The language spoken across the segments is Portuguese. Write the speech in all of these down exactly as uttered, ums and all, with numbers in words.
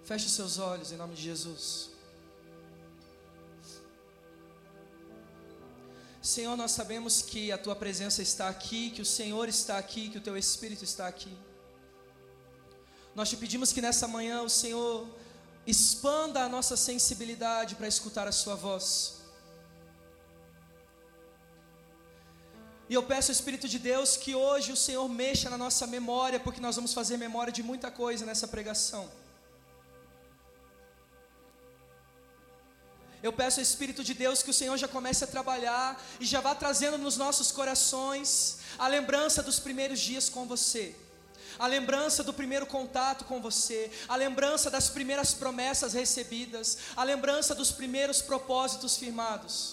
Feche os seus olhos em nome de Jesus. Senhor, nós sabemos que a Tua presença está aqui, que o Senhor está aqui, que o Teu Espírito está aqui. Nós te pedimos que nessa manhã o Senhor expanda a nossa sensibilidade para escutar a Sua voz. E eu peço ao Espírito de Deus que hoje o Senhor mexa na nossa memória, porque nós vamos fazer memória de muita coisa nessa pregação. Eu peço ao Espírito de Deus que o Senhor já comece a trabalhar e já vá trazendo nos nossos corações a lembrança dos primeiros dias com você, a lembrança do primeiro contato com você, a lembrança das primeiras promessas recebidas, a lembrança dos primeiros propósitos firmados.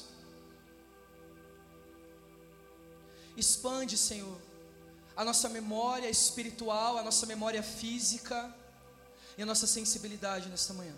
Expande, Senhor, a nossa memória espiritual, a nossa memória física e a nossa sensibilidade nesta manhã.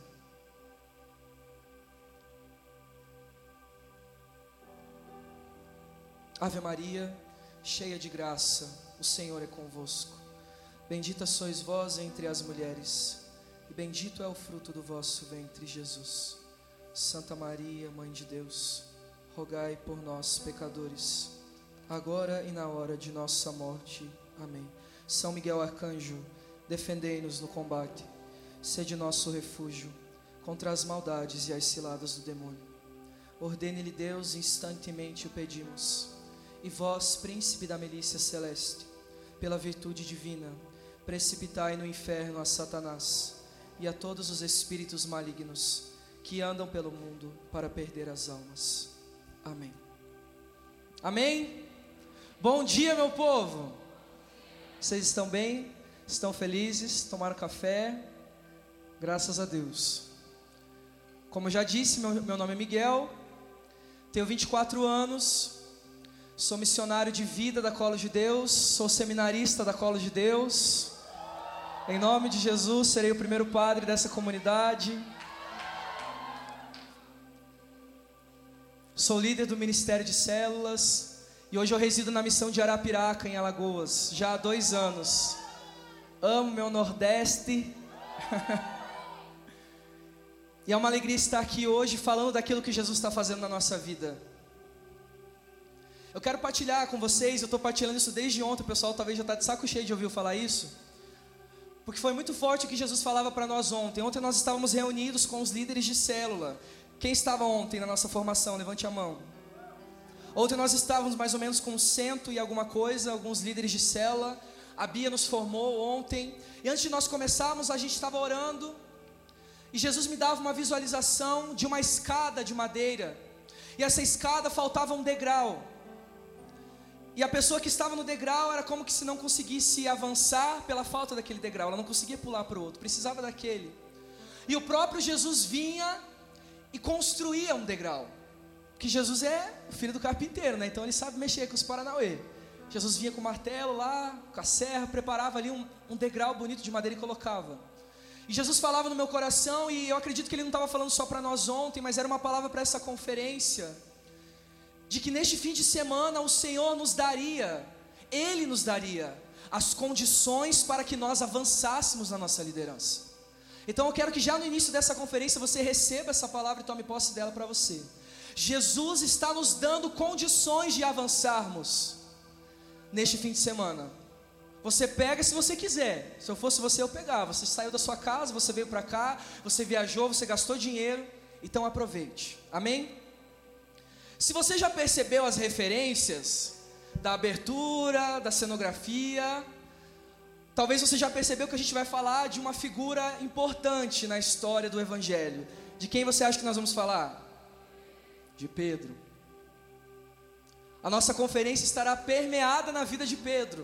Ave Maria, cheia de graça, o Senhor é convosco. Bendita sois vós entre as mulheres, e bendito é o fruto do vosso ventre, Jesus. Santa Maria, Mãe de Deus, rogai por nós, pecadores, agora e na hora de nossa morte. Amém. São Miguel Arcanjo, defendei-nos no combate. Sede nosso refúgio contra as maldades e as ciladas do demônio. Ordene-lhe Deus, instantemente o pedimos. E vós, príncipe da milícia celeste, pela virtude divina, precipitai no inferno a Satanás e a todos os espíritos malignos que andam pelo mundo para perder as almas. Amém. Amém? Bom dia, meu povo. Vocês estão bem? Estão felizes? Tomaram café? Graças a Deus. Como eu já disse, meu, meu nome é Miguel, tenho vinte e quatro anos, sou missionário de vida da Colo de Deus, sou seminarista da Colo de Deus. Em nome de Jesus, serei o primeiro padre dessa comunidade. Sou líder do Ministério de Células e hoje eu resido na missão de Arapiraca, em Alagoas, já há dois anos. Amo meu Nordeste. E é uma alegria estar aqui hoje falando daquilo que Jesus está fazendo na nossa vida. Eu quero partilhar com vocês, eu estou partilhando isso desde ontem, o pessoal talvez já está de saco cheio de ouvir eu falar isso, porque foi muito forte o que Jesus falava para nós ontem. Ontem nós estávamos reunidos com os líderes de célula. Quem estava ontem na nossa formação? Levante a mão. Ontem nós estávamos mais ou menos com cento e alguma coisa, alguns líderes de célula. A Bia nos formou ontem, e antes de nós começarmos, a gente estava orando, e Jesus me dava uma visualização de uma escada de madeira, e essa escada faltava um degrau, e a pessoa que estava no degrau era como que se não conseguisse avançar pela falta daquele degrau, ela não conseguia pular para o outro, precisava daquele, e o próprio Jesus vinha e construía um degrau, porque Jesus é o filho do carpinteiro, né? Então ele sabe mexer com os paranauê. Jesus vinha com o martelo lá, com a serra, preparava ali um, um degrau bonito de madeira e colocava. E Jesus falava no meu coração, e eu acredito que Ele não estava falando só para nós ontem, mas era uma palavra para essa conferência, de que neste fim de semana o Senhor nos daria, Ele nos daria as condições para que nós avançássemos na nossa liderança. Então eu quero que já no início dessa conferência você receba essa palavra e tome posse dela para você. Jesus está nos dando condições de avançarmos neste fim de semana. Você pega se você quiser. Se eu fosse você, eu pegava. Você saiu da sua casa, você veio para cá, você viajou, você gastou dinheiro, então aproveite. Amém? Se você já percebeu as referências da abertura, da cenografia, talvez você já percebeu que a gente vai falar de uma figura importante na história do Evangelho. De quem você acha que nós vamos falar? De Pedro. A nossa conferência estará permeada na vida de Pedro.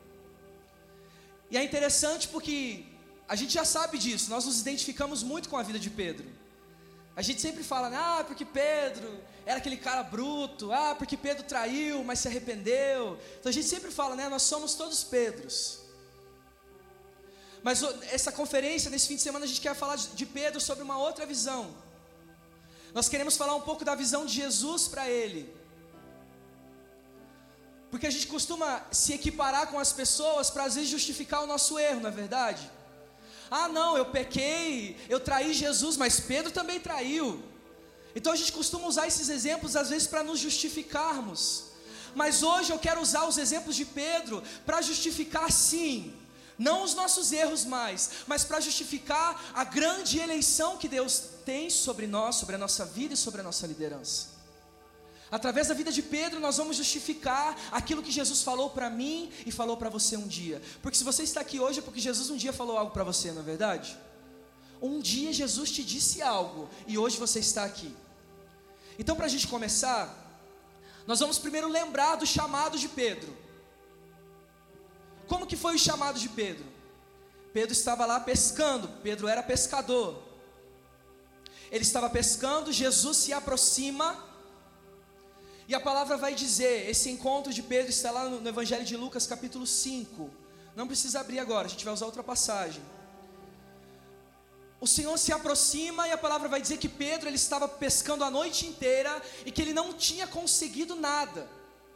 E é interessante porque a gente já sabe disso, nós nos identificamos muito com a vida de Pedro. A gente sempre fala, ah, porque Pedro era aquele cara bruto, ah, porque Pedro traiu, mas se arrependeu. Então a gente sempre fala, né, nós somos todos Pedros. Mas essa conferência, nesse fim de semana, a gente quer falar de Pedro sobre uma outra visão. Nós queremos falar um pouco da visão de Jesus para ele. Porque a gente costuma se equiparar com as pessoas para às vezes justificar o nosso erro, não é verdade? Ah, não, eu pequei, eu traí Jesus, mas Pedro também traiu. Então a gente costuma usar esses exemplos às vezes para nos justificarmos. Mas hoje eu quero usar os exemplos de Pedro para justificar, sim, não os nossos erros mais, mas para justificar a grande eleição que Deus tem sobre nós, sobre a nossa vida e sobre a nossa liderança. Através da vida de Pedro nós vamos justificar aquilo que Jesus falou para mim e falou para você um dia. Porque se você está aqui hoje é porque Jesus um dia falou algo para você, não é verdade? Um dia Jesus te disse algo e hoje você está aqui. Então, para a gente começar, nós vamos primeiro lembrar do chamado de Pedro. Como que foi o chamado de Pedro? Pedro estava lá pescando, Pedro era pescador. Ele estava pescando, Jesus se aproxima, e a palavra vai dizer, esse encontro de Pedro está lá no, no Evangelho de Lucas capítulo cinco. Não precisa abrir agora, a gente vai usar outra passagem. O Senhor se aproxima e a palavra vai dizer que Pedro ele estava pescando a noite inteira e que ele não tinha conseguido nada.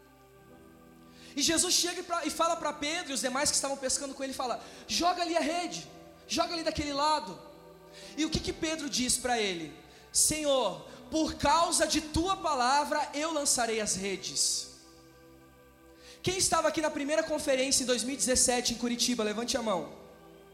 E Jesus chega e, pra, e fala para Pedro e os demais que estavam pescando com ele, fala, joga ali a rede, joga ali daquele lado. E o que que Pedro diz para ele? Senhor, por causa de tua palavra eu lançarei as redes. Quem estava aqui na primeira conferência em dois mil e dezessete em Curitiba, levante a mão.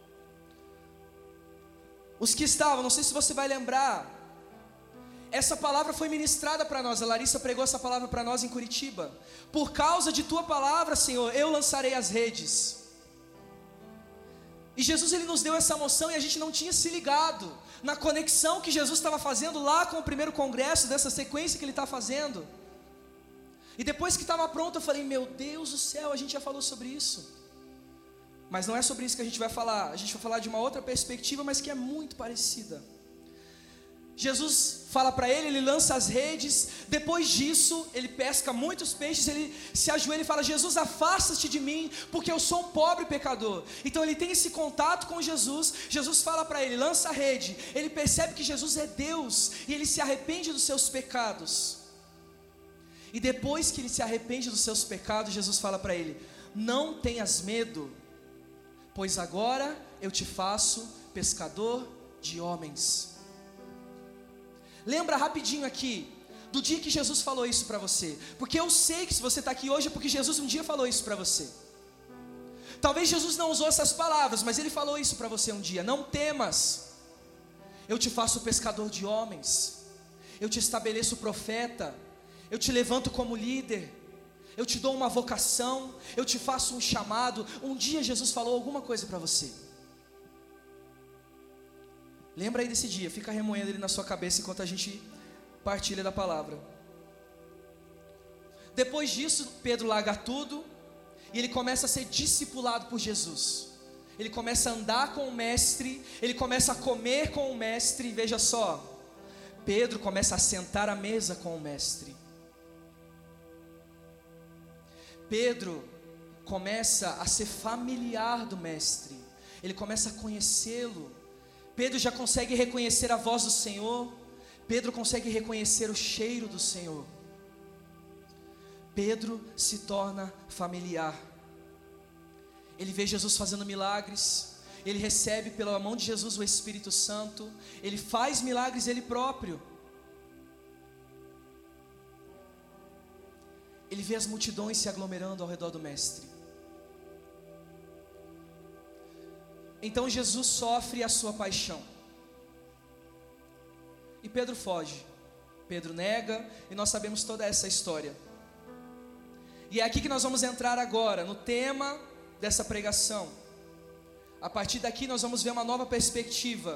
Os que estavam, não sei se você vai lembrar, essa palavra foi ministrada para nós, a Larissa pregou essa palavra para nós em Curitiba. Por causa de tua palavra, Senhor, eu lançarei as redes. E Jesus ele nos deu essa moção e a gente não tinha se ligado na conexão que Jesus estava fazendo lá com o primeiro congresso, dessa sequência que ele está fazendo. E depois que estava pronto eu falei, meu Deus do céu, a gente já falou sobre isso. Mas não é sobre isso que a gente vai falar, a gente vai falar de uma outra perspectiva, mas que é muito parecida. Jesus fala para ele, ele lança as redes, depois disso, ele pesca muitos peixes, ele se ajoelha e fala, Jesus, afasta-te de mim, porque eu sou um pobre pecador. Então ele tem esse contato com Jesus, Jesus fala para ele, lança a rede, ele percebe que Jesus é Deus, e ele se arrepende dos seus pecados. E depois que ele se arrepende dos seus pecados, Jesus fala para ele, não tenhas medo, pois agora eu te faço pescador de homens. Lembra rapidinho aqui, do dia que Jesus falou isso para você, porque eu sei que se você está aqui hoje é porque Jesus um dia falou isso para você. Talvez Jesus não usou essas palavras, mas ele falou isso para você um dia, não temas, eu te faço pescador de homens, eu te estabeleço profeta, eu te levanto como líder, eu te dou uma vocação, eu te faço um chamado. Um dia Jesus falou alguma coisa para você. Lembra aí desse dia, fica remoendo ele na sua cabeça enquanto a gente partilha da palavra. Depois disso, Pedro larga tudo e ele começa a ser discipulado por Jesus. Ele começa a andar com o mestre, ele começa a comer com o mestre. E veja só, Pedro começa a sentar à mesa com o mestre. Pedro começa a ser familiar do mestre, ele começa a conhecê-lo. Pedro já consegue reconhecer a voz do Senhor, Pedro consegue reconhecer o cheiro do Senhor. Pedro se torna familiar, ele vê Jesus fazendo milagres, ele recebe pela mão de Jesus o Espírito Santo, ele faz milagres ele próprio. Ele vê as multidões se aglomerando ao redor do mestre. Então Jesus sofre a sua paixão. E Pedro foge. Pedro nega, e nós sabemos toda essa história. E é aqui que nós vamos entrar agora, no tema dessa pregação. A partir daqui nós vamos ver uma nova perspectiva.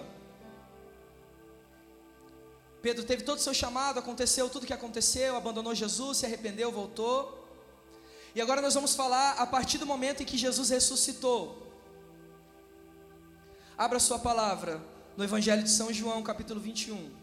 Pedro teve todo o seu chamado, aconteceu tudo o que aconteceu, abandonou Jesus, se arrependeu, voltou. E agora nós vamos falar a partir do momento em que Jesus ressuscitou. Abra sua palavra no Evangelho de São João, capítulo vinte e um.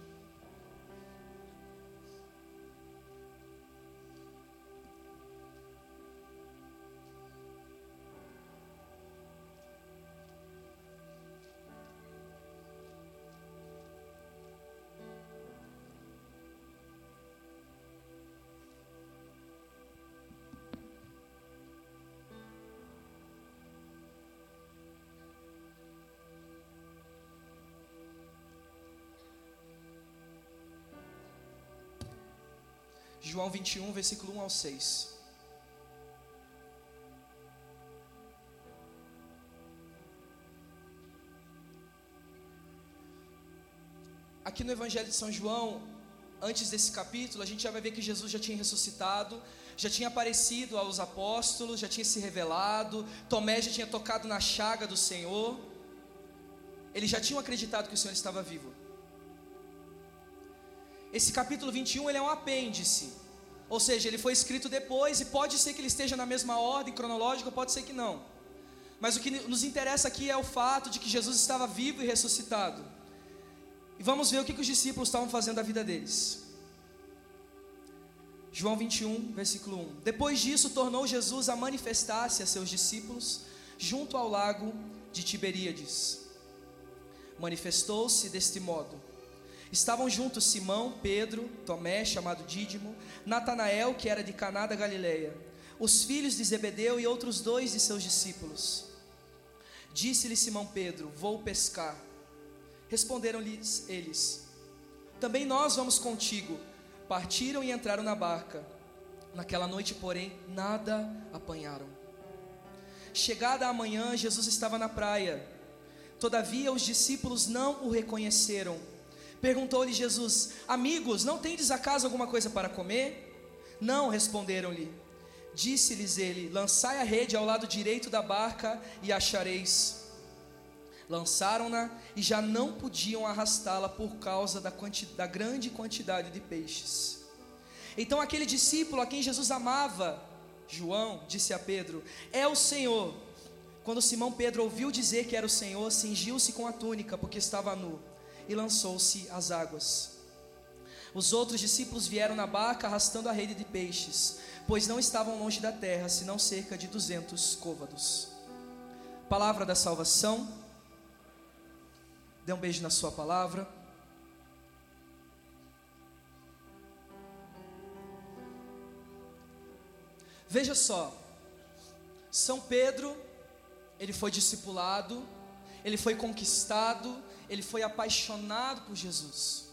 João vinte e um, versículo um ao seis. Aqui no Evangelho de São João, antes desse capítulo, a gente já vai ver que Jesus já tinha ressuscitado, já tinha aparecido aos apóstolos, já tinha se revelado, Tomé já tinha tocado na chaga do Senhor, eles já tinham acreditado que o Senhor estava vivo. Esse capítulo vinte e um, ele é um apêndice, ou seja, ele foi escrito depois, e pode ser que ele esteja na mesma ordem cronológica, pode ser que não, mas o que nos interessa aqui é o fato de que Jesus estava vivo e ressuscitado. E vamos ver o que, que os discípulos estavam fazendo da vida deles. João vinte e um, versículo um. Depois disso, tornou Jesus a manifestar-se a seus discípulos junto ao lago de Tiberíades. Manifestou-se deste modo: estavam juntos Simão, Pedro, Tomé, chamado Dídimo, Natanael, que era de Caná da Galileia, os filhos de Zebedeu e outros dois de seus discípulos. Disse-lhe Simão Pedro: vou pescar. Responderam-lhes eles: também nós vamos contigo. Partiram e entraram na barca. Naquela noite, porém, nada apanharam. Chegada a manhã, Jesus estava na praia. Todavia os discípulos não o reconheceram. Perguntou-lhe Jesus: amigos, não tendes acaso alguma coisa para comer? Não, responderam-lhe. Disse-lhes ele: lançai a rede ao lado direito da barca e achareis. Lançaram-na e já não podiam arrastá-la por causa da, quanti- da grande quantidade de peixes. Então aquele discípulo a quem Jesus amava, João, disse a Pedro: é o Senhor. Quando Simão Pedro ouviu dizer que era o Senhor, cingiu-se com a túnica, porque estava nu, e lançou-se às águas. Os outros discípulos vieram na barca arrastando a rede de peixes, pois não estavam longe da terra, senão cerca de duzentos côvados. Palavra da salvação. Dê um beijo na sua palavra. Veja só, São Pedro, ele foi discipulado, ele foi conquistado, ele foi apaixonado por Jesus.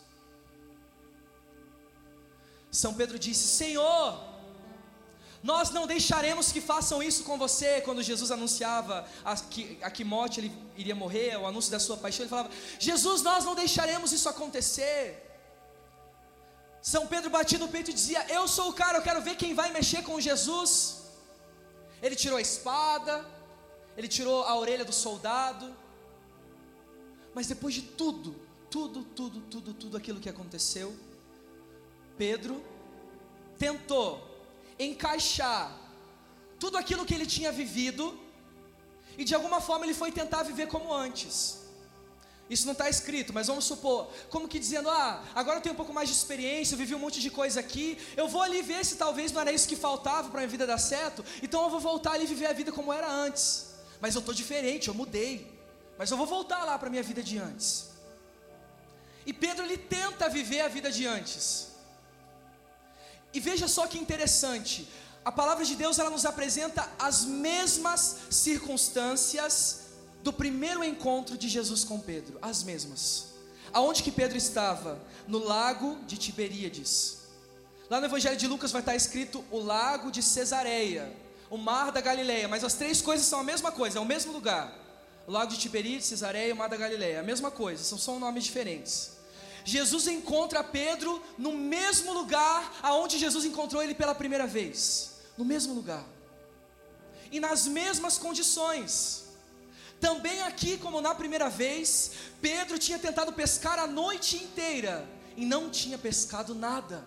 São Pedro disse: Senhor, nós não deixaremos que façam isso com você. Quando Jesus anunciava a que, a que morte ele iria morrer, o anúncio da sua paixão, ele falava: Jesus, nós não deixaremos isso acontecer. São Pedro batia no peito e dizia: eu sou o cara, eu quero ver quem vai mexer com Jesus. Ele tirou a espada, ele tirou a orelha do soldado. Mas depois de tudo, tudo, tudo, tudo, tudo aquilo que aconteceu, Pedro tentou encaixar tudo aquilo que ele tinha vivido, e de alguma forma ele foi tentar viver como antes. Isso não está escrito, mas vamos supor, como que dizendo: ah, agora eu tenho um pouco mais de experiência, eu vivi um monte de coisa aqui, eu vou ali ver se talvez não era isso que faltava para a minha vida dar certo, então eu vou voltar ali e viver a vida como era antes. Mas eu estou diferente, eu mudei, mas eu vou voltar lá para a minha vida de antes. E Pedro, ele tenta viver a vida de antes. E veja só que interessante, a palavra de Deus, ela nos apresenta as mesmas circunstâncias do primeiro encontro de Jesus com Pedro, as mesmas. Aonde que Pedro estava? No lago de Tiberíades. Lá no Evangelho de Lucas vai estar escrito o lago de Cesareia, o mar da Galileia, mas as três coisas são a mesma coisa, é o mesmo lugar. O lago de Tiberíades, Cesareia e o mar da Galileia, a mesma coisa, são só nomes diferentes. Jesus encontra Pedro no mesmo lugar aonde Jesus encontrou ele pela primeira vez, no mesmo lugar e nas mesmas condições. Também aqui, como na primeira vez, Pedro tinha tentado pescar a noite inteira e não tinha pescado nada.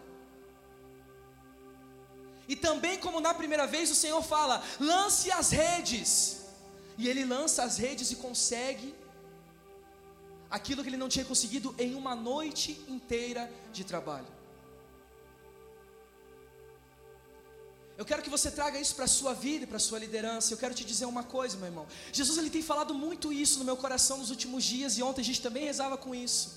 E também, como na primeira vez, o Senhor fala: lance as redes, e ele lança as redes e consegue aquilo que ele não tinha conseguido em uma noite inteira de trabalho. Eu quero que você traga isso para a sua vida e para a sua liderança. Eu quero te dizer uma coisa, meu irmão. Jesus, ele tem falado muito isso no meu coração nos últimos dias, e ontem a gente também rezava com isso.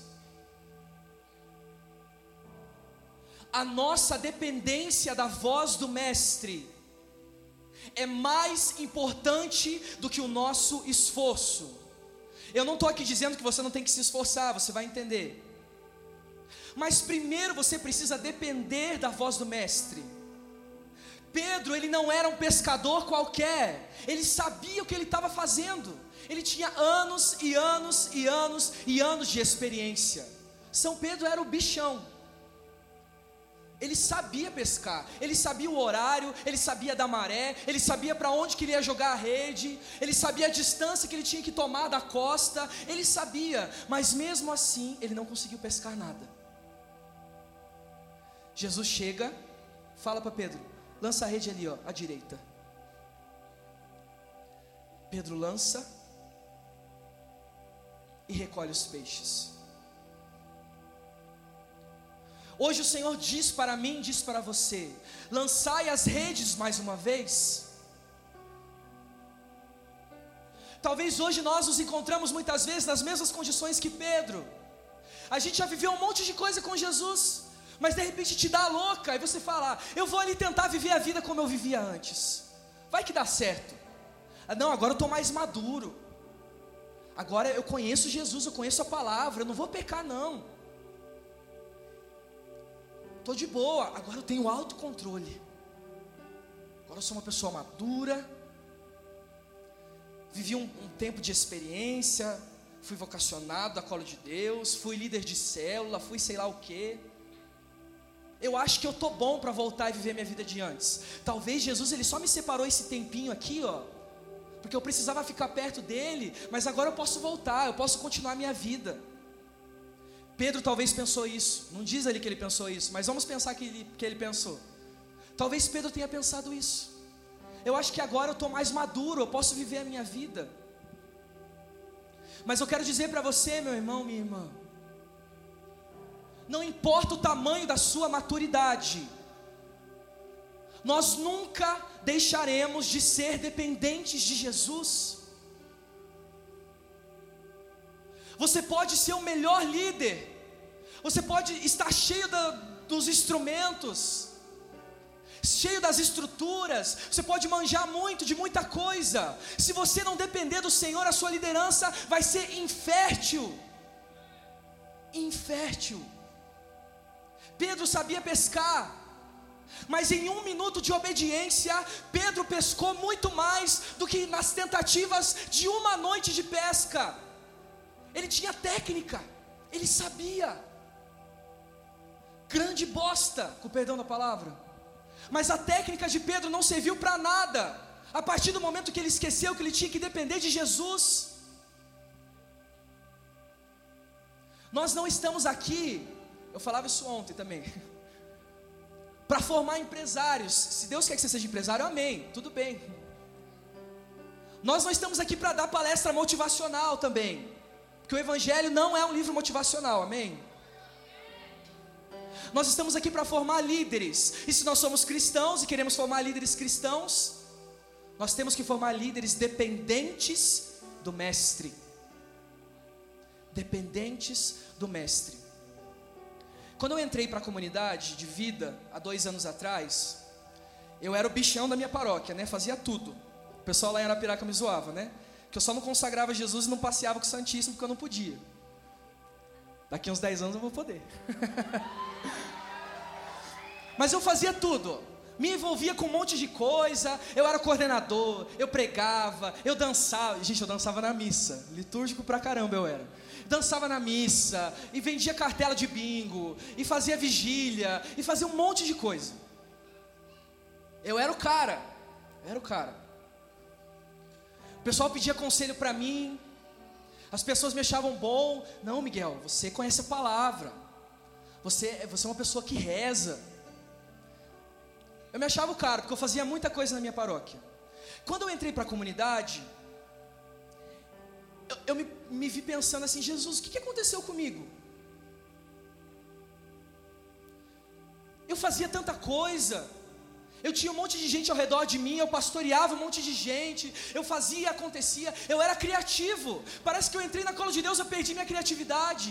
A nossa dependência da voz do Mestre é mais importante do que o nosso esforço. Eu não estou aqui dizendo que você não tem que se esforçar, você vai entender. Mas primeiro você precisa depender da voz do mestre. Pedro, ele não era um pescador qualquer, ele sabia o que ele estava fazendo, ele tinha anos e anos e anos e anos de experiência. São Pedro era o bichão, ele sabia pescar, ele sabia o horário, ele sabia da maré, ele sabia para onde que ele ia jogar a rede, ele sabia a distância que ele tinha que tomar da costa, ele sabia, mas mesmo assim ele não conseguiu pescar nada. Jesus chega, fala para Pedro: lança a rede ali, ó, à direita. Pedro lança e recolhe os peixes. Hoje o Senhor diz para mim, diz para você: lançai as redes mais uma vez. Talvez hoje nós nos encontramos muitas vezes nas mesmas condições que Pedro. A gente já viveu um monte de coisa com Jesus, mas de repente te dá a louca, e você fala: eu vou ali tentar viver a vida como eu vivia antes, vai que dá certo. Ah, não, agora eu estou mais maduro, agora eu conheço Jesus, eu conheço a palavra, eu não vou pecar não, estou de boa, agora eu tenho autocontrole, agora eu sou uma pessoa madura, vivi um, um tempo de experiência, fui vocacionado a colo de Deus, fui líder de célula, fui sei lá o que. Eu acho que eu estou bom para voltar e viver minha vida de antes. Talvez Jesus ele só me separou esse tempinho aqui, ó, porque eu precisava ficar perto dele, mas agora eu posso voltar, eu posso continuar a minha vida. Pedro talvez pensou isso, não diz ali que ele pensou isso, mas vamos pensar que ele, que ele pensou. Talvez Pedro tenha pensado isso. Eu acho que agora eu estou mais maduro, eu posso viver a minha vida. Mas eu quero dizer para você, meu irmão, minha irmã, não importa o tamanho da sua maturidade, nós nunca deixaremos de ser dependentes de Jesus. Você pode ser o melhor líder, você pode estar cheio da, dos instrumentos, cheio das estruturas, você pode manjar muito de muita coisa. Se você não depender do Senhor, a sua liderança vai ser infértil. Infértil. Pedro sabia pescar, mas em um minuto de obediência, Pedro pescou muito mais do que nas tentativas de uma noite de pesca. Ele tinha técnica, ele sabia. Grande bosta, com o perdão da palavra. Mas a técnica de Pedro não serviu para nada, a partir do momento que ele esqueceu que ele tinha que depender de Jesus. Nós não estamos aqui, eu falava isso ontem também, para formar empresários. Se Deus quer que você seja empresário, amém, tudo bem. Nós não estamos aqui para dar palestra motivacional também, porque o Evangelho não é um livro motivacional, amém? Nós estamos aqui para formar líderes, e se nós somos cristãos e queremos formar líderes cristãos, nós temos que formar líderes dependentes do Mestre. Dependentes do Mestre. Quando eu entrei para a comunidade de vida, há dois anos atrás, eu era o bichão da minha paróquia, né? Fazia tudo. O pessoal lá em Arapiraca me zoava, né? Que eu só não consagrava Jesus e não passeava com o Santíssimo porque eu não podia. Daqui uns dez anos eu vou poder. Mas eu fazia tudo, me envolvia com um monte de coisa, eu era coordenador, eu pregava, eu dançava, gente, eu dançava na missa, litúrgico pra caramba eu era, dançava na missa, e vendia cartela de bingo, e fazia vigília, e fazia um monte de coisa. Eu era o cara, eu era o cara. O pessoal pedia conselho pra mim, as pessoas me achavam bom. Não, Miguel, você conhece a palavra, você, você é uma pessoa que reza. Eu me achava o cara, porque eu fazia muita coisa na minha paróquia. Quando eu entrei para a comunidade, eu, eu me, me vi pensando assim: Jesus, o que, que aconteceu comigo? Eu fazia tanta coisa, eu tinha um monte de gente ao redor de mim, eu pastoreava um monte de gente, eu fazia e acontecia, eu era criativo. Parece que eu entrei na cola de Deus, eu perdi minha criatividade.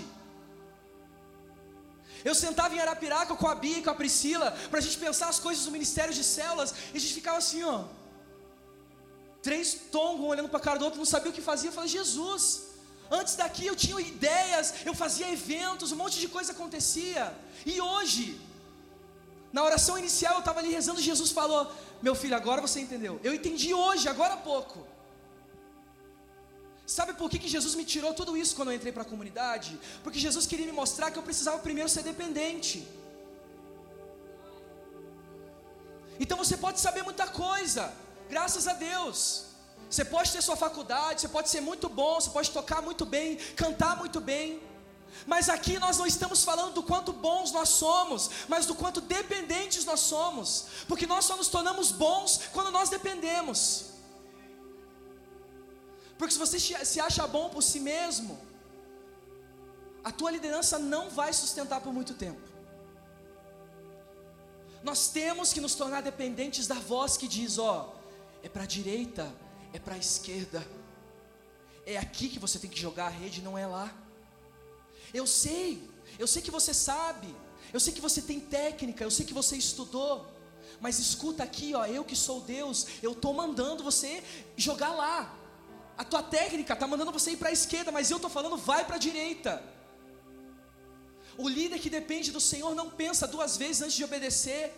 Eu sentava em Arapiraca com a Bia e com a Priscila, para a gente pensar as coisas do ministério de células, e a gente ficava assim, ó, três tongos, um olhando para a cara do outro, não sabia o que fazia. Eu falei: Jesus, Antes daqui eu tinha ideias, eu fazia eventos, um monte de coisa acontecia. E hoje, na oração inicial eu estava ali rezando, Jesus falou: meu filho, agora você entendeu. Eu entendi hoje, agora há pouco. Sabe por que, que Jesus me tirou tudo isso quando eu entrei para a comunidade? Porque Jesus queria me mostrar que eu precisava primeiro ser dependente. Então você pode saber muita coisa, graças a Deus. Você pode ter sua faculdade, você pode ser muito bom, você pode tocar muito bem, cantar muito bem. Mas aqui nós não estamos falando do quanto bons nós somos, mas do quanto dependentes nós somos. Porque nós só nos tornamos bons quando nós dependemos. Porque se você se acha bom por si mesmo, a tua liderança não vai sustentar por muito tempo. Nós temos que nos tornar dependentes da voz que diz: ó, é para a direita, é para a esquerda, é aqui que você tem que jogar a rede, não é lá. Eu sei, eu sei que você sabe, eu sei que você tem técnica, eu sei que você estudou, mas escuta aqui, ó, eu que sou Deus, eu estou mandando você jogar lá. A tua técnica está mandando você ir para a esquerda, mas eu estou falando, vai para a direita. O líder que depende do Senhor não pensa duas vezes antes de obedecer.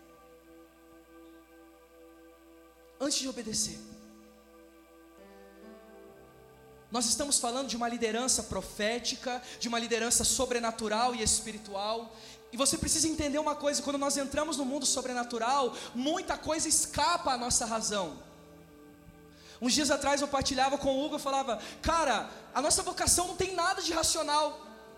Antes de obedecer. Nós estamos falando de uma liderança profética, de uma liderança sobrenatural e espiritual. E você precisa entender uma coisa: quando nós entramos no mundo sobrenatural, muita coisa escapa à nossa razão. Uns dias atrás eu partilhava com o Hugo, eu falava: cara, a nossa vocação não tem nada de racional.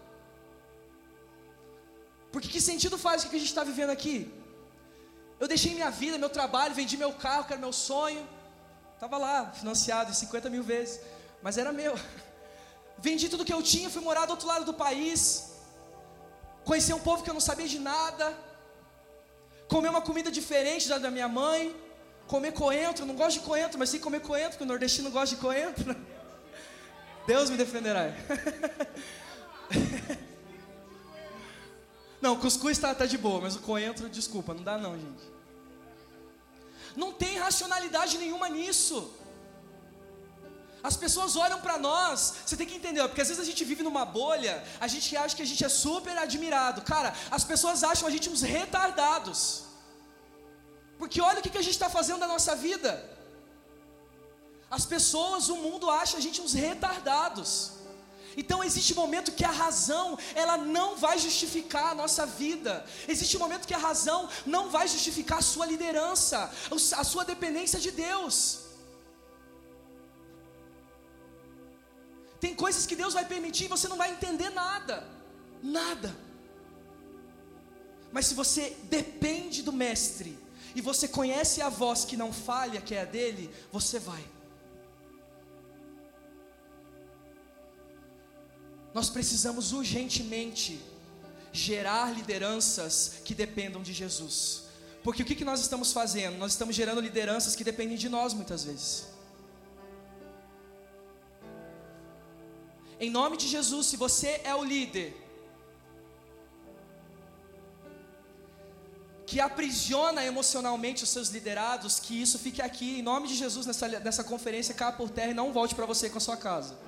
Porque que sentido faz o que a gente está vivendo aqui? Eu deixei minha vida, meu trabalho, vendi meu carro, que era meu sonho. Estava lá, financiado em cinquenta mil vezes, mas era meu. Vendi tudo que eu tinha, fui morar do outro lado do país. Conheci um povo que eu não sabia de nada. Comer uma comida diferente da da minha mãe. Comer coentro, não gosto de coentro, mas sim comer coentro, porque o nordestino gosta de coentro. Deus me defenderá. Não, o cuscuz está tá de boa, mas o coentro, desculpa, não dá não, gente. Não tem racionalidade nenhuma nisso. As pessoas olham para nós, você tem que entender, porque às vezes a gente vive numa bolha, a gente acha que a gente é super admirado. Cara, as pessoas acham a gente uns retardados. Porque olha o que a gente está fazendo da nossa vida. As pessoas, o mundo acha a gente uns retardados. Então existe um momento que a razão, ela não vai justificar a nossa vida. Existe um momento que a razão não vai justificar a sua liderança, a sua dependência de Deus. Tem coisas que Deus vai permitir e você não vai entender nada. Nada. Mas se você depende do Mestre, e você conhece a voz que não falha, que é a dele, você vai. Nós precisamos urgentemente gerar lideranças que dependam de Jesus. Porque o que, que nós estamos fazendo? Nós estamos gerando lideranças que dependem de nós muitas vezes. Em nome de Jesus, se você é o líder que aprisiona emocionalmente os seus liderados, que isso fique aqui, em nome de Jesus, nessa, nessa conferência, caia por terra e não volte para você com a sua casa.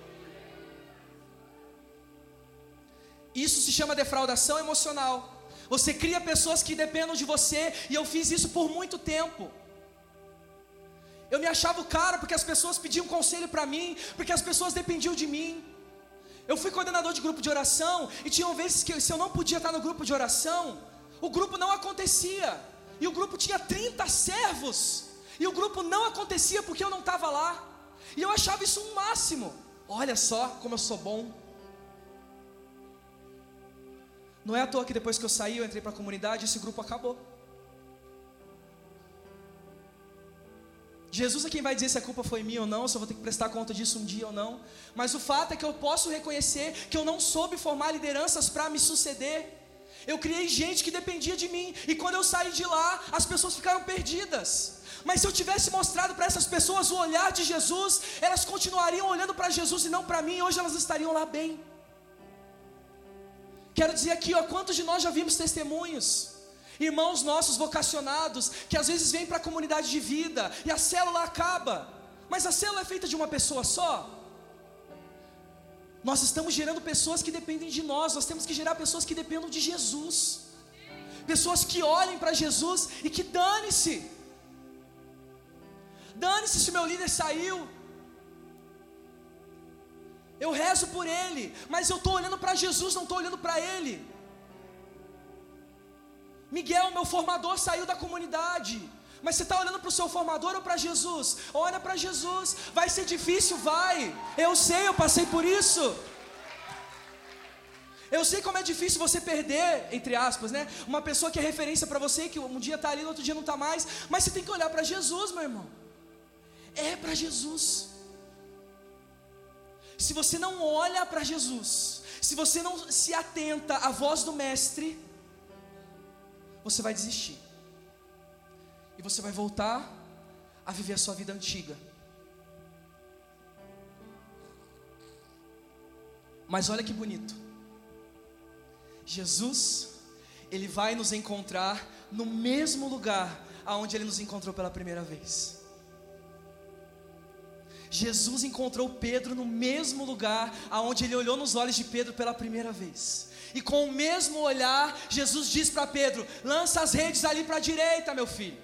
Isso se chama defraudação emocional. Você cria pessoas que dependam de você, e eu fiz isso por muito tempo. Eu me achava o cara porque as pessoas pediam conselho para mim, porque as pessoas dependiam de mim. Eu fui coordenador de grupo de oração, e tinham vezes que se eu não podia estar no grupo de oração, o grupo não acontecia, e o grupo tinha trinta servos, e o grupo não acontecia porque eu não estava lá, e eu achava isso um máximo. Olha só como eu sou bom. Não é à toa que depois que eu saí, eu entrei para a comunidade, esse grupo acabou. Jesus é quem vai dizer se a culpa foi minha ou não, se eu vou ter que prestar conta disso um dia ou não, mas o fato é que eu posso reconhecer que eu não soube formar lideranças para me suceder. Eu criei gente que dependia de mim, e quando eu saí de lá, as pessoas ficaram perdidas. Mas se eu tivesse mostrado para essas pessoas o olhar de Jesus, elas continuariam olhando para Jesus e não para mim, e hoje elas estariam lá bem. Quero dizer aqui, ó, quantos de nós já vimos testemunhos, irmãos nossos vocacionados, que às vezes vêm para a comunidade de vida, e a célula acaba, mas a célula é feita de uma pessoa só. Nós estamos gerando pessoas que dependem de nós. Nós temos que gerar pessoas que dependam de Jesus, pessoas que olhem para Jesus e que dane-se Dane-se se o meu líder saiu, eu rezo por ele, mas eu estou olhando para Jesus, não estou olhando para ele. Miguel, meu formador, saiu da comunidade, mas você está olhando para o seu formador ou para Jesus? Olha para Jesus. Vai ser difícil? Vai, eu sei, eu passei por isso. Eu sei como é difícil você perder, entre aspas, né, uma pessoa que é referência para você, que um dia está ali, no outro dia não está mais. Mas você tem que olhar para Jesus, meu irmão. É para Jesus. Se você não olha para Jesus, se você não se atenta à voz do mestre, você vai desistir, e você vai voltar a viver a sua vida antiga. Mas olha que bonito, Jesus, Ele vai nos encontrar no mesmo lugar aonde Ele nos encontrou pela primeira vez. Jesus encontrou Pedro no mesmo lugar aonde Ele olhou nos olhos de Pedro pela primeira vez. E com o mesmo olhar, Jesus diz para Pedro: lança as redes ali para a direita, meu filho.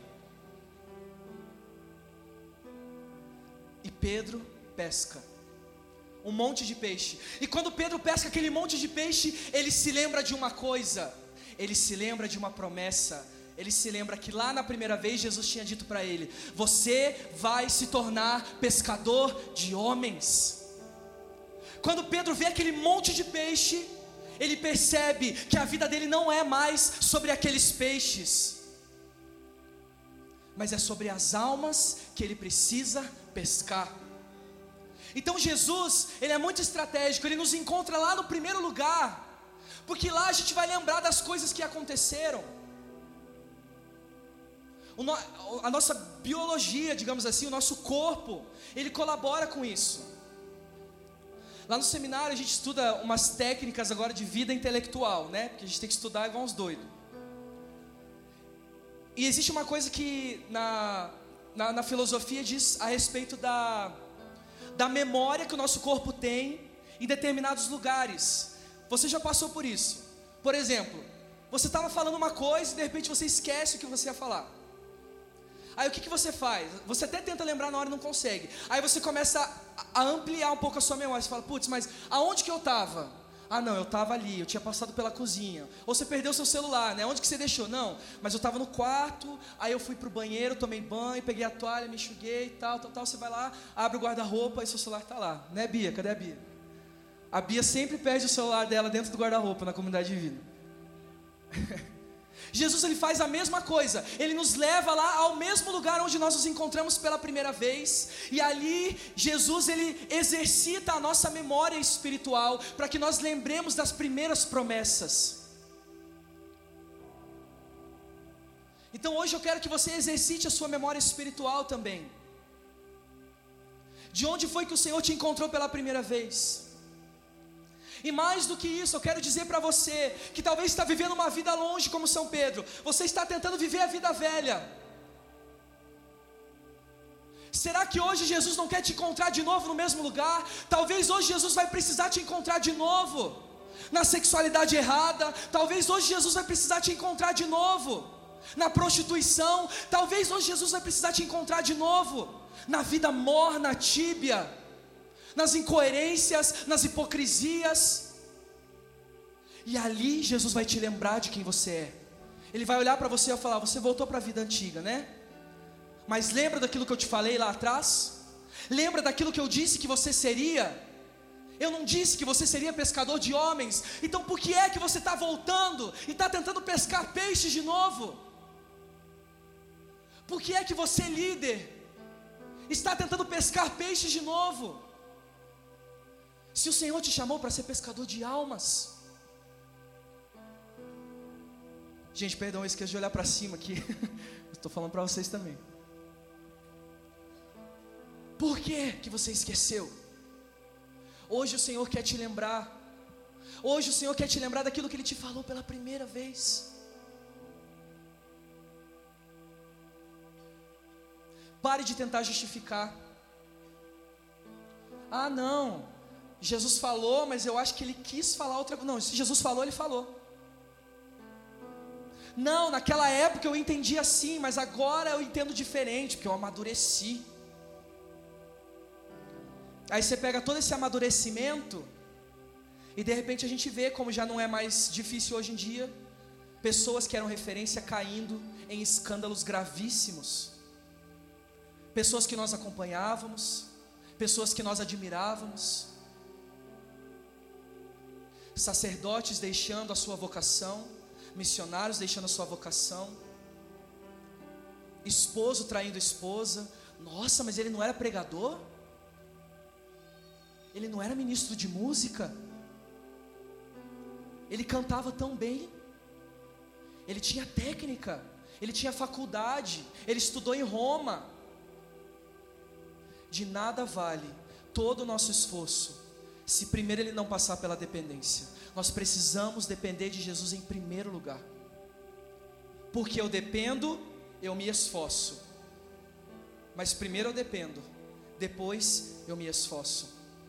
E Pedro pesca um monte de peixe. E quando Pedro pesca aquele monte de peixe, ele se lembra de uma coisa. Ele se lembra de uma promessa. Ele se lembra que lá na primeira vez Jesus tinha dito para ele: você vai se tornar pescador de homens. Quando Pedro vê aquele monte de peixe, ele percebe que a vida dele não é mais sobre aqueles peixes, mas é sobre as almas que ele precisa pescar. Então Jesus, Ele é muito estratégico. Ele nos encontra lá no primeiro lugar, porque lá a gente vai lembrar das coisas que aconteceram. O no, a nossa biologia, digamos assim, o nosso corpo, ele colabora com isso. Lá no seminário a gente estuda umas técnicas agora de vida intelectual, né? Porque a gente tem que estudar igual uns doidos. E existe uma coisa que na, na, na filosofia diz a respeito da, da memória que o nosso corpo tem em determinados lugares. Você já passou por isso? Por exemplo, você estava falando uma coisa e de repente você esquece o que você ia falar. Aí o que, que você faz? Você até tenta lembrar na hora e não consegue. Aí você começa a, a ampliar um pouco a sua memória. Você fala: putz, mas aonde que eu estava? Ah não, eu estava ali, eu tinha passado pela cozinha. Ou você perdeu seu celular, né? Onde que você deixou? Não, mas eu estava no quarto. Aí eu fui para o banheiro, tomei banho, peguei a toalha, me enxuguei e tal, tal, tal. Você vai lá, abre o guarda-roupa e seu celular está lá. Né, Bia? Cadê a Bia? A Bia sempre perde o celular dela dentro do guarda-roupa na comunidade de vida. Jesus, ele faz a mesma coisa. Ele nos leva lá ao mesmo lugar onde nós nos encontramos pela primeira vez. E ali Jesus, ele exercita a nossa memória espiritual, para que nós lembremos das primeiras promessas. Então hoje eu quero que você exercite a sua memória espiritual também. De onde foi que o Senhor te encontrou pela primeira vez? E mais do que isso, eu quero dizer para você que talvez está vivendo uma vida longe como São Pedro. Você está tentando viver a vida velha. Será que hoje Jesus não quer te encontrar de novo no mesmo lugar? Talvez hoje Jesus vai precisar te encontrar de novo na sexualidade errada. Talvez hoje Jesus vai precisar te encontrar de novo na prostituição. Talvez hoje Jesus vai precisar te encontrar de novo na vida morna, tíbia, nas incoerências, nas hipocrisias. E ali Jesus vai te lembrar de quem você é. Ele vai olhar para você e falar: você voltou para a vida antiga, né? Mas lembra daquilo que eu te falei lá atrás? Lembra daquilo que eu disse que você seria? Eu não disse que você seria pescador de homens. Então por que é que você está voltando e está tentando pescar peixes de novo? Por que é que você, líder, está tentando pescar peixes de novo? Se o Senhor te chamou para ser pescador de almas. Gente, perdão, eu esqueci de olhar para cima aqui. Estou falando para vocês também. Por que que você esqueceu? Hoje o Senhor quer te lembrar. Hoje o Senhor quer te lembrar daquilo que Ele te falou pela primeira vez. Pare de tentar justificar. Ah não, Jesus falou, mas eu acho que ele quis falar outra coisa. Não, se Jesus falou, ele falou. Não, naquela época eu entendi assim, mas agora eu entendo diferente, porque eu amadureci. Aí você pega todo esse amadurecimento e de repente a gente vê como já não é mais difícil hoje em dia. Pessoas que eram referência caindo em escândalos gravíssimos. Pessoas que nós acompanhávamos, pessoas que nós admirávamos. Sacerdotes deixando a sua vocação, missionários deixando a sua vocação, esposo traindo esposa. Nossa, mas ele não era pregador? Ele não era ministro de música? Ele cantava tão bem, ele tinha técnica, ele tinha faculdade, ele estudou em Roma. De nada vale todo o nosso esforço se primeiro ele não passar pela dependência. Nós precisamos depender de Jesus em primeiro lugar. Porque eu dependo, eu me esforço. Mas primeiro eu dependo, depois eu me esforço.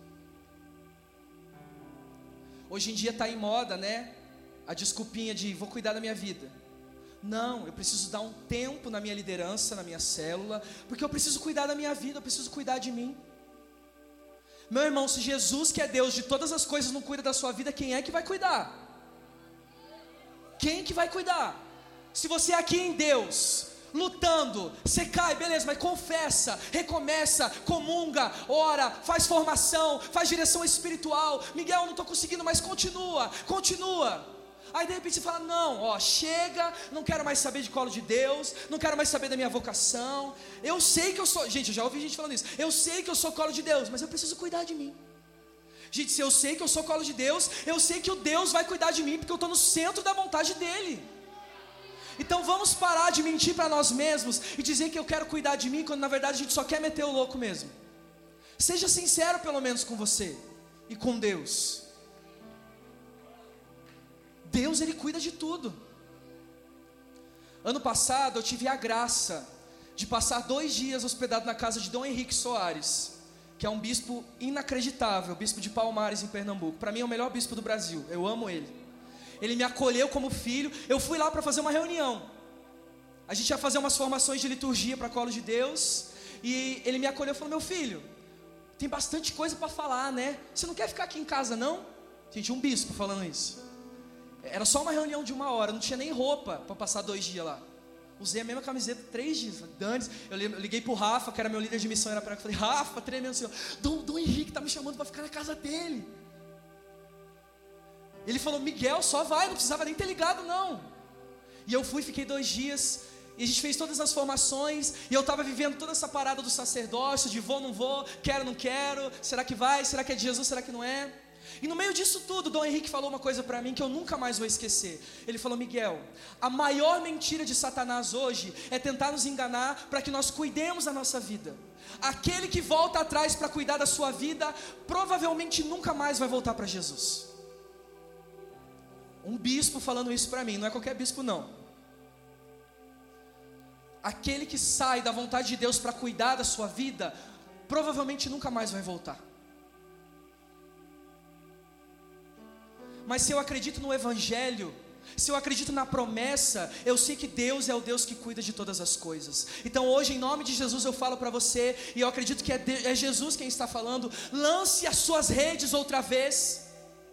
Hoje em dia está em moda, né? A desculpinha de vou cuidar da minha vida. Não, eu preciso dar um tempo na minha liderança, na minha célula, porque eu preciso cuidar da minha vida, eu preciso cuidar de mim. Meu irmão, se Jesus, que é Deus de todas as coisas, não cuida da sua vida, quem é que vai cuidar? Quem que vai cuidar? Se você é aqui em Deus, lutando, você cai, beleza, mas confessa, recomeça, comunga, ora, faz formação, faz direção espiritual. Miguel, eu não estou conseguindo, mas continua, continua. Aí de repente você fala, não, ó, chega, não quero mais saber de colo de Deus, não quero mais saber da minha vocação. Eu sei que eu sou, gente, eu já ouvi gente falando isso, eu sei que eu sou colo de Deus, mas eu preciso cuidar de mim. Gente, se eu sei que eu sou colo de Deus, eu sei que o Deus vai cuidar de mim, porque eu estou no centro da vontade dEle. Então vamos parar de mentir para nós mesmos e dizer que eu quero cuidar de mim, quando na verdade a gente só quer meter o louco mesmo. Seja sincero pelo menos com você e com Deus. Deus, Ele cuida de tudo. Ano passado eu tive a graça de passar dois dias hospedado na casa de Dom Henrique Soares, que é um bispo inacreditável, bispo de Palmares em Pernambuco. Para mim é o melhor bispo do Brasil, eu amo ele. Ele me acolheu como filho. Eu fui lá para fazer uma reunião. A gente ia fazer umas formações de liturgia para colo de Deus, e ele me acolheu e falou, meu filho, tem bastante coisa para falar, né? Você não quer ficar aqui em casa não? Gente, um bispo falando isso. Era só uma reunião de uma hora, não tinha nem roupa para passar dois dias lá. Usei a mesma camiseta três dias. Dane-se. Eu liguei pro Rafa, que era meu líder de missão, era para eu falei, Rafa, tremendo senhor, Dom, Dom Henrique tá me chamando para ficar na casa dele. Ele falou, Miguel, só vai, não precisava nem ter ligado não. E eu fui, fiquei dois dias, e a gente fez todas as formações, e eu estava vivendo toda essa parada do sacerdócio, de vou, não vou, quero, não quero, será que vai, será que é de Jesus, será que não é? E no meio disso tudo, Dom Henrique falou uma coisa para mim que eu nunca mais vou esquecer. Ele falou, Miguel, a maior mentira de Satanás hoje é tentar nos enganar para que nós cuidemos da nossa vida. Aquele que volta atrás para cuidar da sua vida, provavelmente nunca mais vai voltar para Jesus. Um bispo falando isso para mim, não é qualquer bispo não. Aquele que sai da vontade de Deus para cuidar da sua vida, provavelmente nunca mais vai voltar. Mas se eu acredito no Evangelho, se eu acredito na promessa, eu sei que Deus é o Deus que cuida de todas as coisas. Então hoje, em nome de Jesus, eu falo para você, e eu acredito que é, de, é Jesus quem está falando, lance as suas redes outra vez.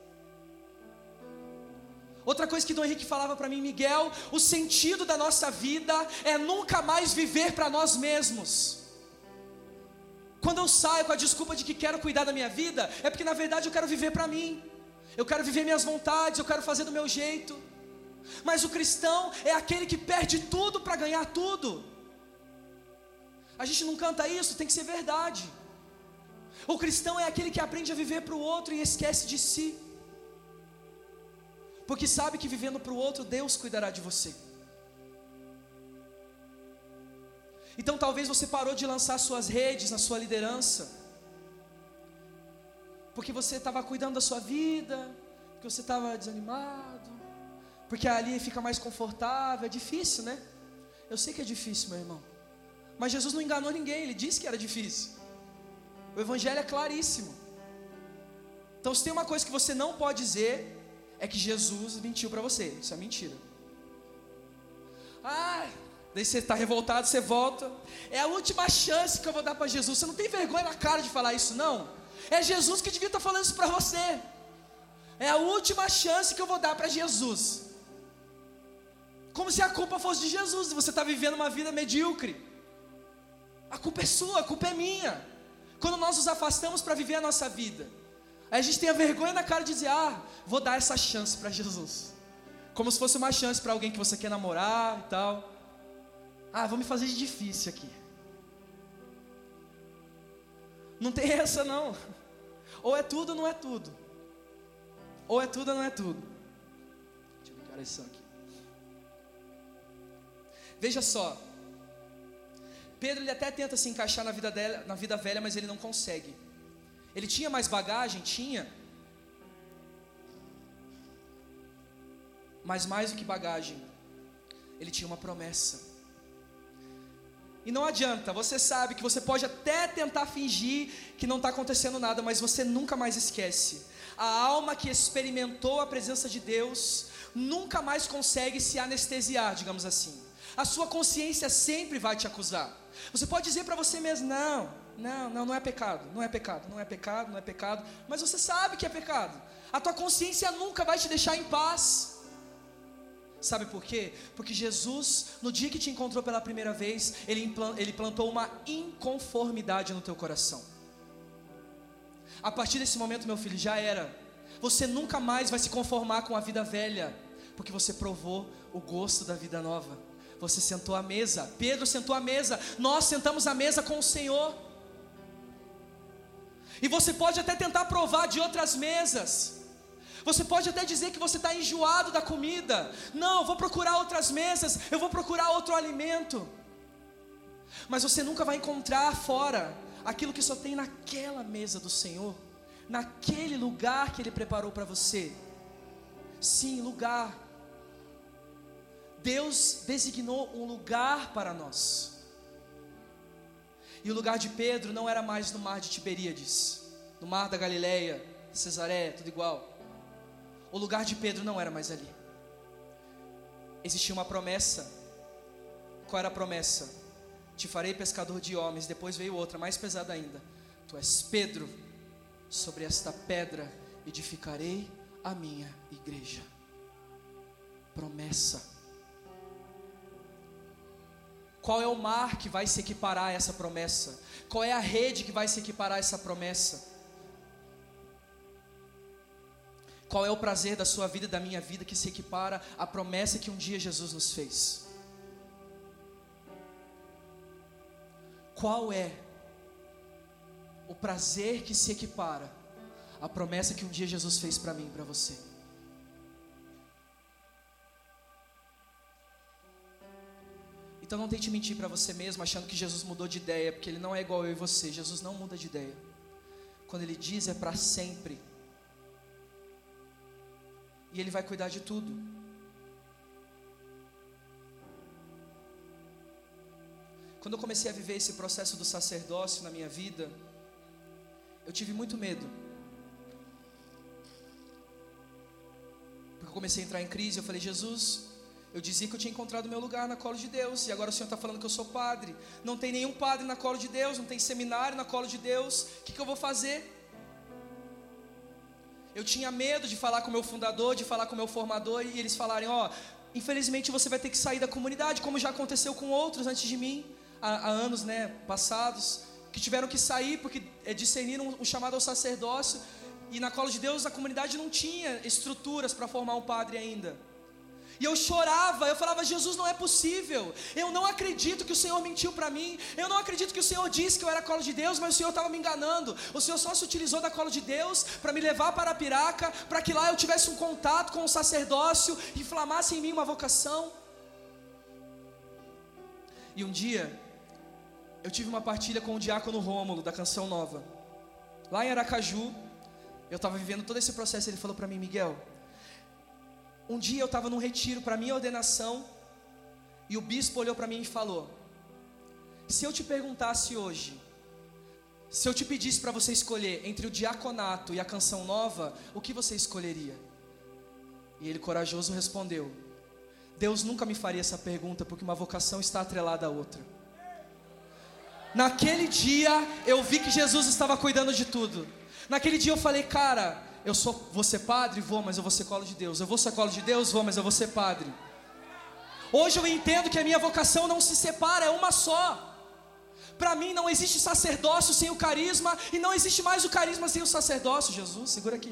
Outra coisa que Dom Henrique falava para mim, Miguel, o sentido da nossa vida é nunca mais viver para nós mesmos. Quando eu saio com a desculpa de que quero cuidar da minha vida, é porque na verdade eu quero viver para mim. Eu quero viver minhas vontades, eu quero fazer do meu jeito. Mas o cristão é aquele que perde tudo para ganhar tudo. A gente não canta isso, tem que ser verdade. O cristão é aquele que aprende a viver para o outro e esquece de si, porque sabe que vivendo para o outro, Deus cuidará de você. Então talvez você parou de lançar suas redes na sua liderança, porque você estava cuidando da sua vida, porque você estava desanimado, porque ali fica mais confortável. É difícil, né? Eu sei que é difícil, meu irmão, mas Jesus não enganou ninguém, Ele disse que era difícil. O Evangelho é claríssimo. Então, se tem uma coisa que você não pode dizer, é que Jesus mentiu para você. Isso é mentira. Ah, daí você está revoltado, você volta. É a última chance que eu vou dar para Jesus. Você não tem vergonha na cara de falar isso, não? É Jesus que devia estar falando isso para você. É a última chance que eu vou dar para Jesus. Como se a culpa fosse de Jesus. Você está vivendo uma vida medíocre. A culpa é sua, a culpa é minha. Quando nós nos afastamos para viver a nossa vida, aí a gente tem a vergonha na cara de dizer: ah, vou dar essa chance para Jesus. Como se fosse uma chance para alguém que você quer namorar e tal. Ah, vou me fazer de difícil aqui. Não tem essa não. Ou é tudo ou não é tudo. Ou é tudo ou não é tudo. Deixa eu ver que horas são aqui. Veja só. Pedro, ele até tenta se encaixar na vida, dela, na vida velha, mas ele não consegue. Ele tinha mais bagagem? Tinha. Mas mais do que bagagem, ele tinha uma promessa. E não adianta, você sabe que você pode até tentar fingir que não está acontecendo nada, mas você nunca mais esquece. A alma que experimentou a presença de Deus nunca mais consegue se anestesiar, digamos assim. A sua consciência sempre vai te acusar. Você pode dizer para você mesmo: não, não, não, não é pecado, não é pecado, não é pecado, não é pecado. Mas você sabe que é pecado. A tua consciência nunca vai te deixar em paz. Sabe por quê? Porque Jesus, no dia que te encontrou pela primeira vez, Ele, ele plantou uma inconformidade no teu coração. A partir desse momento, meu filho, já era. Você nunca mais vai se conformar com a vida velha, porque você provou o gosto da vida nova. Você sentou à mesa, Pedro sentou à mesa, nós sentamos à mesa com o Senhor. E você pode até tentar provar de outras mesas. Você pode até dizer que você está enjoado da comida. Não, eu vou procurar outras mesas, eu vou procurar outro alimento. Mas você nunca vai encontrar fora aquilo que só tem naquela mesa do Senhor, naquele lugar que Ele preparou para você. Sim, lugar. Deus designou um lugar para nós. E o lugar de Pedro não era mais no mar de Tiberíades, no mar da Galileia, Cesaré, tudo igual. O lugar de Pedro não era mais ali. Existia uma promessa. Qual era a promessa? Te farei pescador de homens. Depois veio outra, mais pesada ainda. Tu és Pedro, sobre esta pedra edificarei a minha igreja. Promessa. Qual é o mar que vai se equiparar a essa promessa? Qual é a rede que vai se equiparar a essa promessa? Qual é o prazer da sua vida e da minha vida que se equipara à promessa que um dia Jesus nos fez? Qual é o prazer que se equipara à promessa que um dia Jesus fez para mim e para você? Então não tente mentir para você mesmo achando que Jesus mudou de ideia, porque Ele não é igual eu e você. Jesus não muda de ideia. Quando Ele diz, é para sempre. E Ele vai cuidar de tudo. Quando eu comecei a viver esse processo do sacerdócio na minha vida, eu tive muito medo. Porque eu comecei a entrar em crise. Eu falei: Jesus, eu dizia que eu tinha encontrado o meu lugar na colo de Deus, e agora o Senhor está falando que eu sou padre. Não tem nenhum padre na colo de Deus, não tem seminário na colo de Deus. O que, que eu vou fazer? Eu tinha medo de falar com o meu fundador, de falar com o meu formador, e eles falarem: ó, infelizmente você vai ter que sair da comunidade, como já aconteceu com outros antes de mim, há, há anos, né, passados, que tiveram que sair porque é, discerniram o chamado ao sacerdócio, e na colo de Deus a comunidade não tinha estruturas para formar um padre ainda. E eu chorava, eu falava: Jesus, não é possível, eu não acredito que o Senhor mentiu para mim, eu não acredito que o Senhor disse que eu era colo de Deus, mas o Senhor estava me enganando. O Senhor só se utilizou da colo de Deus para me levar para Piraca, para que lá eu tivesse um contato com o sacerdócio, inflamasse em mim uma vocação. E um dia, eu tive uma partilha com o diácono Rômulo, da Canção Nova, lá em Aracaju. Eu estava vivendo todo esse processo. Ele falou para mim: Miguel, um dia eu estava num retiro para minha ordenação, e o bispo olhou para mim e falou: se eu te perguntasse hoje, Se eu te pedisse para você escolher entre o diaconato e a canção nova, o que você escolheria? E ele corajoso respondeu: Deus nunca me faria essa pergunta, porque uma vocação está atrelada à outra. Naquele dia eu vi que Jesus estava cuidando de tudo. Naquele dia eu falei: cara, eu sou, vou ser padre? Vou, mas eu vou ser colo de Deus. Eu vou ser colo de Deus? Vou, mas eu vou ser padre. Hoje eu entendo que a minha vocação não se separa, é uma só. Para mim não existe sacerdócio sem o carisma, e não existe mais o carisma sem o sacerdócio. Jesus, segura aqui.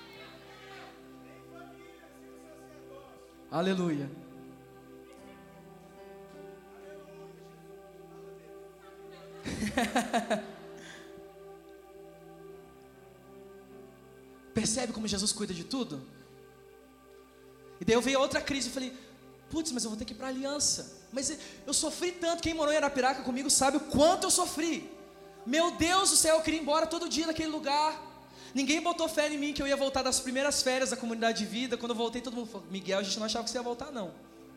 Aleluia. Percebe como Jesus cuida de tudo? E daí eu veio outra crise e falei: putz, mas eu vou ter que ir para a aliança. Mas eu sofri tanto. Quem morou em Arapiraca comigo sabe o quanto eu sofri. Meu Deus do céu, eu queria ir embora todo dia naquele lugar. Ninguém botou fé em mim que eu ia voltar das primeiras férias da comunidade de vida. Quando eu voltei, todo mundo falou: Miguel, a gente não achava que você ia voltar não.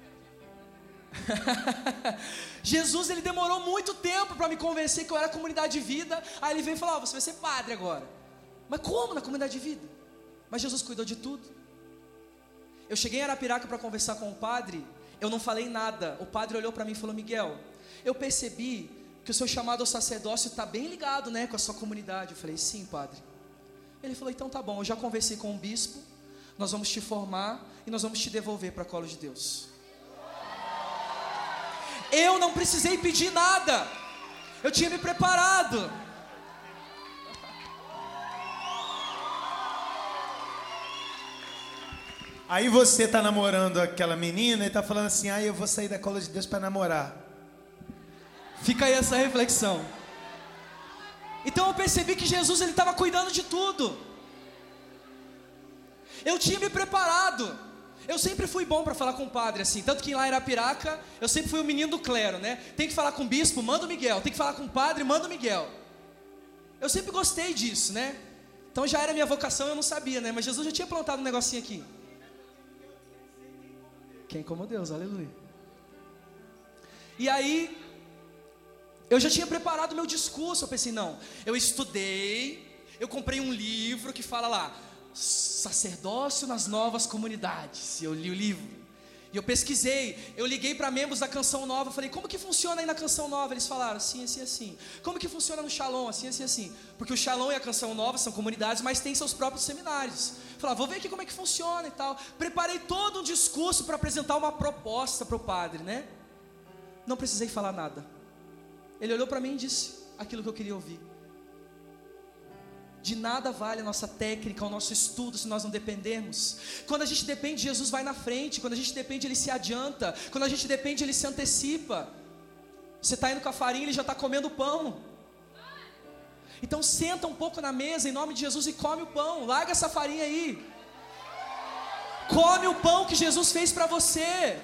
Jesus, ele demorou muito tempo para me convencer que eu era comunidade de vida. Aí ele veio e falou: oh, você vai ser padre agora. Mas como na comunidade de vida? Mas Jesus cuidou de tudo. Eu cheguei em Arapiraca para conversar com o padre. Eu não falei nada. O padre olhou para mim e falou: Miguel, eu percebi que o seu chamado ao sacerdócio está bem ligado, né, com a sua comunidade. Eu falei: sim, padre. Ele falou: então tá bom, eu já conversei com o bispo. Nós vamos te formar e nós vamos te devolver para a colo de Deus. Eu não precisei pedir nada. Eu tinha me preparado. Aí você tá namorando aquela menina e tá falando assim: ah, eu vou sair da cola de Deus para namorar. Fica aí essa reflexão. Então eu percebi que Jesus, ele estava cuidando de tudo. Eu tinha me preparado. Eu sempre fui bom para falar com o padre, assim. Tanto que lá em Arapiraca, eu sempre fui o menino do clero, né? Tem que falar com o bispo, manda o Miguel. Tem que falar com o padre, manda o Miguel. Eu sempre gostei disso, né? Então já era minha vocação, eu não sabia, né? Mas Jesus já tinha plantado um negocinho aqui. Quem como Deus, aleluia. E aí, eu já tinha preparado o meu discurso. Eu pensei: não, eu estudei, eu comprei um livro que fala lá, sacerdócio nas novas comunidades. Eu li o livro, e eu pesquisei, eu liguei para membros da Canção Nova. Eu falei: como que funciona aí na Canção Nova? Eles falaram: assim, assim, assim. Como que funciona no Shalom? Assim, assim, assim. Porque o Shalom e a Canção Nova são comunidades, mas têm seus próprios seminários. Eu falei: ah, vou ver aqui como é que funciona e tal. Preparei todo um discurso para apresentar uma proposta para o padre, né? Não precisei falar nada. Ele olhou para mim e disse aquilo que eu queria ouvir. De nada vale a nossa técnica, o nosso estudo, se nós não dependermos. Quando a gente depende, Jesus vai na frente. Quando a gente depende, Ele se adianta. Quando a gente depende, Ele se antecipa. Você está indo com a farinha, Ele já está comendo o pão. Então senta um pouco na mesa, em nome de Jesus, e come o pão. Larga essa farinha aí. Come o pão que Jesus fez para você.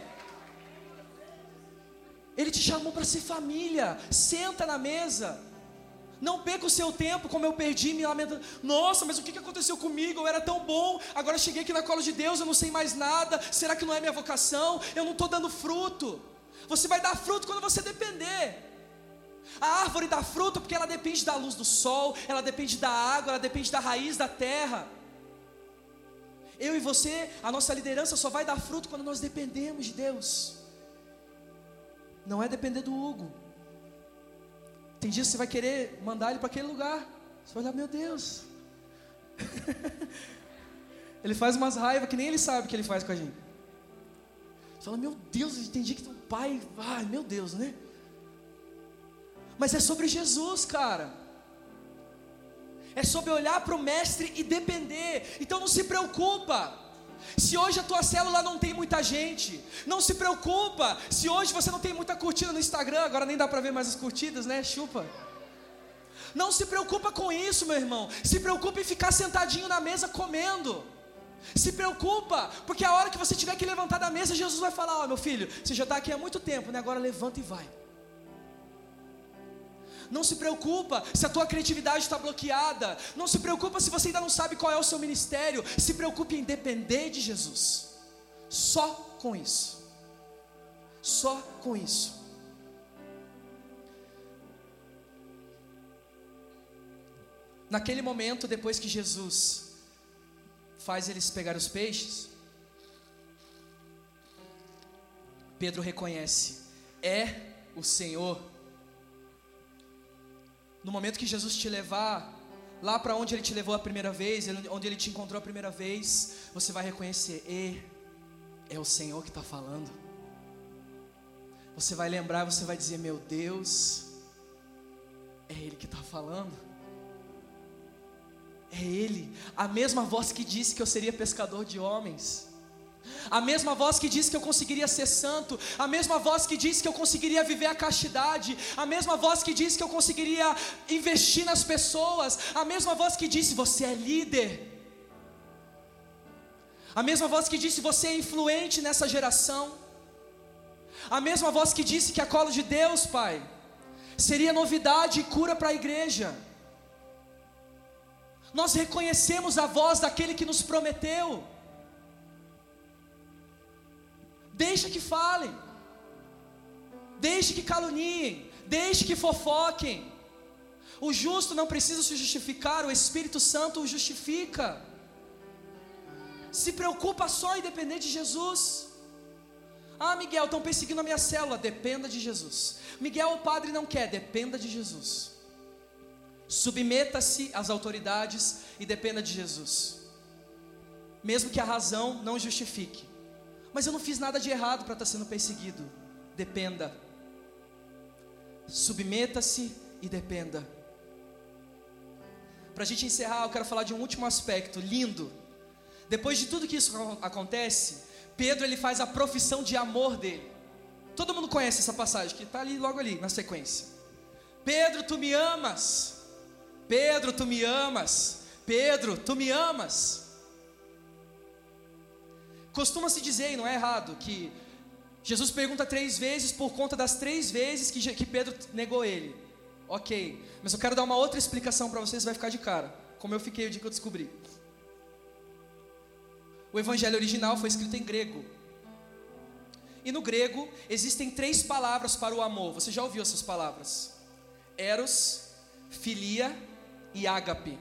Ele te chamou para ser família. Senta na mesa. Não perca o seu tempo como eu perdi, me lamentando. Nossa, mas o que aconteceu comigo? Eu era tão bom, agora cheguei aqui na cola de Deus, eu não sei mais nada. Será que não é minha vocação? Eu não estou dando fruto. Você vai dar fruto quando você depender. A árvore dá fruto porque ela depende da luz do sol, ela depende da água, ela depende da raiz da terra. Eu e você, a nossa liderança só vai dar fruto quando nós dependemos de Deus. Não é depender do Hugo. Tem dias que você vai querer mandar ele para aquele lugar. Você vai olhar: meu Deus. Ele faz umas raivas que nem ele sabe que ele faz com a gente. Você fala: meu Deus, tem dia que teu pai... Ai, meu Deus, né? Mas é sobre Jesus, cara. É sobre olhar para o mestre e depender. Então não se preocupa se hoje a tua célula não tem muita gente. Não se preocupa se hoje você não tem muita curtida no Instagram. Agora nem dá para ver mais as curtidas, né? Chupa. Não se preocupa com isso, meu irmão. Se preocupa em ficar sentadinho na mesa comendo. Se preocupa, porque a hora que você tiver que levantar da mesa, Jesus vai falar: ó, meu filho, você já está aqui há muito tempo, né? Agora levanta e vai. Não se preocupa se a tua criatividade está bloqueada. Não se preocupa se você ainda não sabe qual é o seu ministério. Se preocupe em depender de Jesus. Só com isso. Só com isso. Naquele momento, depois que Jesus faz eles pegar os peixes, Pedro reconhece: é o Senhor. No momento que Jesus te levar lá para onde Ele te levou a primeira vez, onde Ele te encontrou a primeira vez, você vai reconhecer: é, é o Senhor que está falando. Você vai lembrar, você vai dizer: meu Deus, é Ele que está falando. É Ele, a mesma voz que disse que eu seria pescador de homens, a mesma voz que disse que eu conseguiria ser santo, a mesma voz que disse que eu conseguiria viver a castidade, a mesma voz que disse que eu conseguiria investir nas pessoas, a mesma voz que disse: você é líder, a mesma voz que disse: você é influente nessa geração, a mesma voz que disse que a cola de Deus, Pai, seria novidade e cura para a igreja. Nós reconhecemos a voz daquele que nos prometeu. Deixa que falem, deixe que caluniem, deixe que fofoquem. O justo não precisa se justificar, o Espírito Santo o justifica. Se preocupa só em depender de Jesus. Ah, Miguel, estão perseguindo a minha célula. Dependa de Jesus. Miguel, o padre não quer. Dependa de Jesus. Submeta-se às autoridades e dependa de Jesus, mesmo que a razão não justifique. Mas eu não fiz nada de errado para estar sendo perseguido. Dependa. Submeta-se e dependa. Para a gente encerrar, eu quero falar de um último aspecto lindo. Depois de tudo que isso acontece, Pedro ele faz a profissão de amor dele. Todo mundo conhece essa passagem, que está ali logo ali na sequência. Pedro, tu me amas. Pedro, tu me amas. Pedro, tu me amas. Costuma-se dizer, e não é errado, que Jesus pergunta três vezes por conta das três vezes que, que Pedro negou ele. Ok, mas eu quero dar uma outra explicação para vocês, vai ficar de cara, como eu fiquei o dia que eu descobri. O evangelho original foi escrito em grego. E no grego existem três palavras para o amor. Você já ouviu essas palavras? Eros, filia e ágape.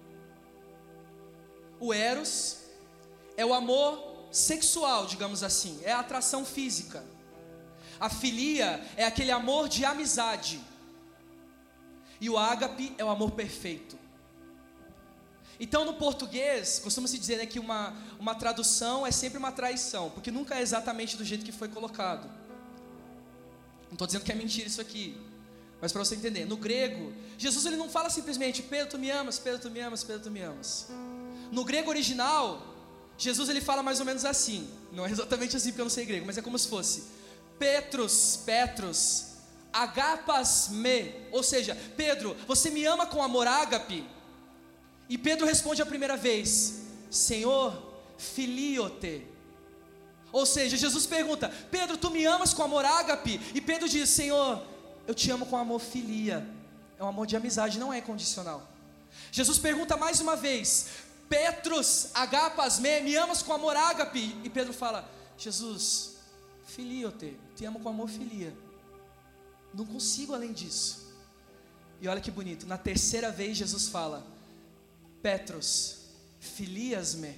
O eros é o amor sexual, digamos assim, é a atração física. A filia é aquele amor de amizade. E o ágape é o amor perfeito. Então no português, costuma-se dizer, né, que uma, uma tradução é sempre uma traição, porque nunca é exatamente do jeito que foi colocado. Não estou dizendo que é mentira isso aqui, mas para você entender, no grego, Jesus ele não fala simplesmente: Pedro, tu me amas, Pedro, tu me amas, Pedro, tu me amas. No grego original, Jesus ele fala mais ou menos assim. Não é exatamente assim porque eu não sei grego, mas é como se fosse: Petros, Petros, agapas me. Ou seja, Pedro, você me ama com amor ágape? E Pedro responde a primeira vez: Senhor, filiote. Ou seja, Jesus pergunta: Pedro, tu me amas com amor ágape? E Pedro diz: Senhor, eu te amo com amor filia. É um amor de amizade, não é condicional. Jesus pergunta mais uma vez: Petros, agapas me, me amas com amor ágape? E Pedro fala: Jesus, filiote, te amo com amor filia. Não consigo além disso. E olha que bonito, na terceira vez Jesus fala: Petros, filias-me.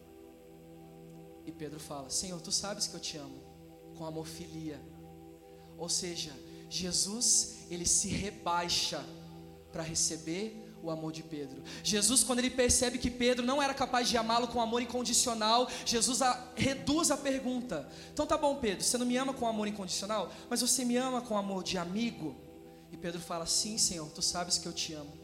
E Pedro fala: Senhor, tu sabes que eu te amo com amor filia. Ou seja, Jesus, ele se rebaixa para receber o amor de Pedro. Jesus, quando ele percebe que Pedro não era capaz de amá-lo com amor incondicional, Jesus a, reduz a pergunta: então tá bom, Pedro, você não me ama com amor incondicional, mas você me ama com amor de amigo? E Pedro fala: sim, Senhor, tu sabes que eu te amo.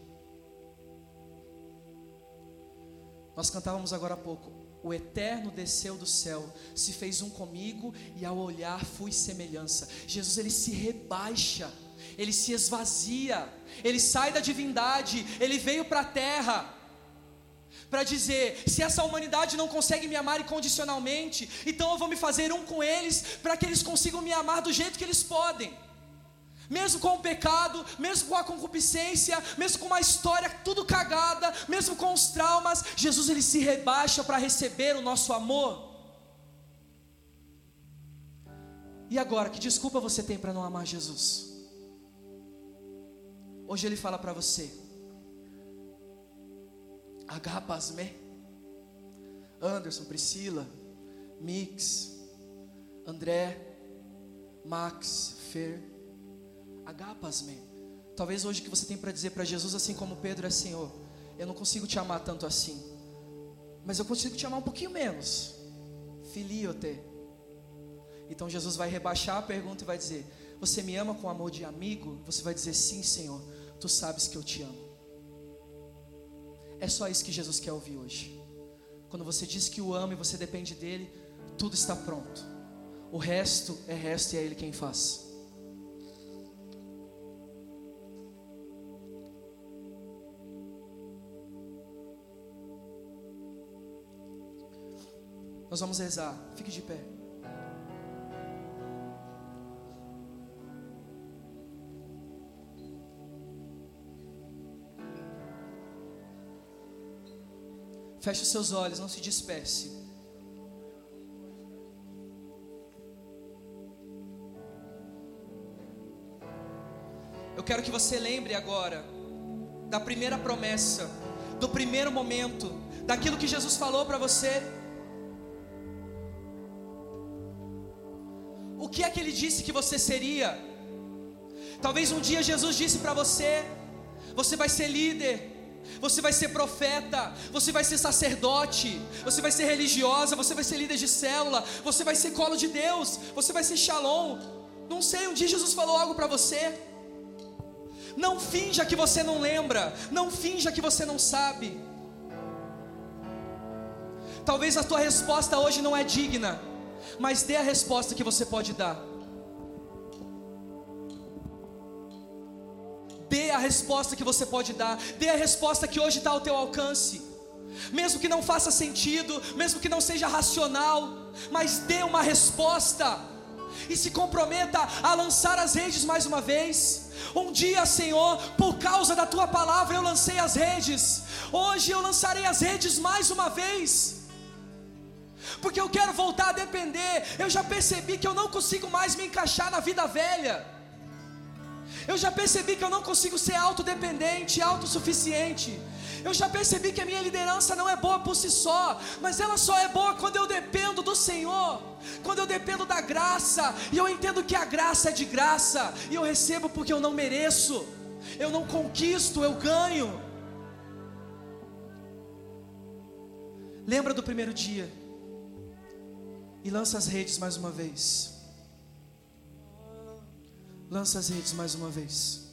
Nós cantávamos agora há pouco: o Eterno desceu do céu, se fez um comigo, e ao olhar fui semelhança. Jesus ele se rebaixa, ele se esvazia, ele sai da divindade, ele veio para a terra para dizer: se essa humanidade não consegue me amar incondicionalmente, então eu vou me fazer um com eles, para que eles consigam me amar do jeito que eles podem. Mesmo com o pecado, mesmo com a concupiscência, mesmo com uma história tudo cagada, mesmo com os traumas, Jesus ele se rebaixa para receber o nosso amor. E agora, que desculpa você tem para não amar Jesus? Hoje ele fala para você: Agapasme. Anderson, Priscila, Mix, André, Max, Fer. Agapasme. Talvez hoje o que você tem para dizer para Jesus, assim como Pedro, é: Senhor, eu não consigo te amar tanto assim, mas eu consigo te amar um pouquinho menos. Filiote. Então Jesus vai rebaixar a pergunta e vai dizer: você me ama com amor de amigo? Você vai dizer: sim, Senhor, tu sabes que eu te amo. É só isso que Jesus quer ouvir hoje. Quando você diz que o ama e você depende dele, tudo está pronto. O resto é resto e é ele quem faz. Nós vamos rezar. Fique de pé. Feche os seus olhos, não se disperse. Eu quero que você lembre agora da primeira promessa, do primeiro momento, daquilo que Jesus falou para você. O que é que ele disse que você seria? Talvez um dia Jesus disse para você: você vai ser líder, você vai ser profeta, você vai ser sacerdote, você vai ser religiosa, você vai ser líder de célula, você vai ser colo de Deus, você vai ser Shalom. Não sei, um dia Jesus falou algo para você. Não finja que você não lembra, não finja que você não sabe. Talvez a tua resposta hoje não é digna, mas dê a resposta que você pode dar. Dê a resposta que você pode dar. Dê a resposta que hoje está ao teu alcance. Mesmo que não faça sentido, mesmo que não seja racional, mas dê uma resposta. E se comprometa a lançar as redes mais uma vez. Um dia, Senhor, por causa da tua palavra eu lancei as redes. Hoje eu lançarei as redes mais uma vez, porque eu quero voltar a depender. Eu já percebi que eu não consigo mais me encaixar na vida velha. Eu já percebi que eu não consigo ser autodependente, autossuficiente. Eu já percebi que a minha liderança não é boa por si só, mas ela só é boa quando eu dependo do Senhor, quando eu dependo da graça, e eu entendo que a graça é de graça, e eu recebo porque eu não mereço, eu não conquisto, eu ganho. Lembra do primeiro dia, e lança as redes mais uma vez. Lança as redes mais uma vez.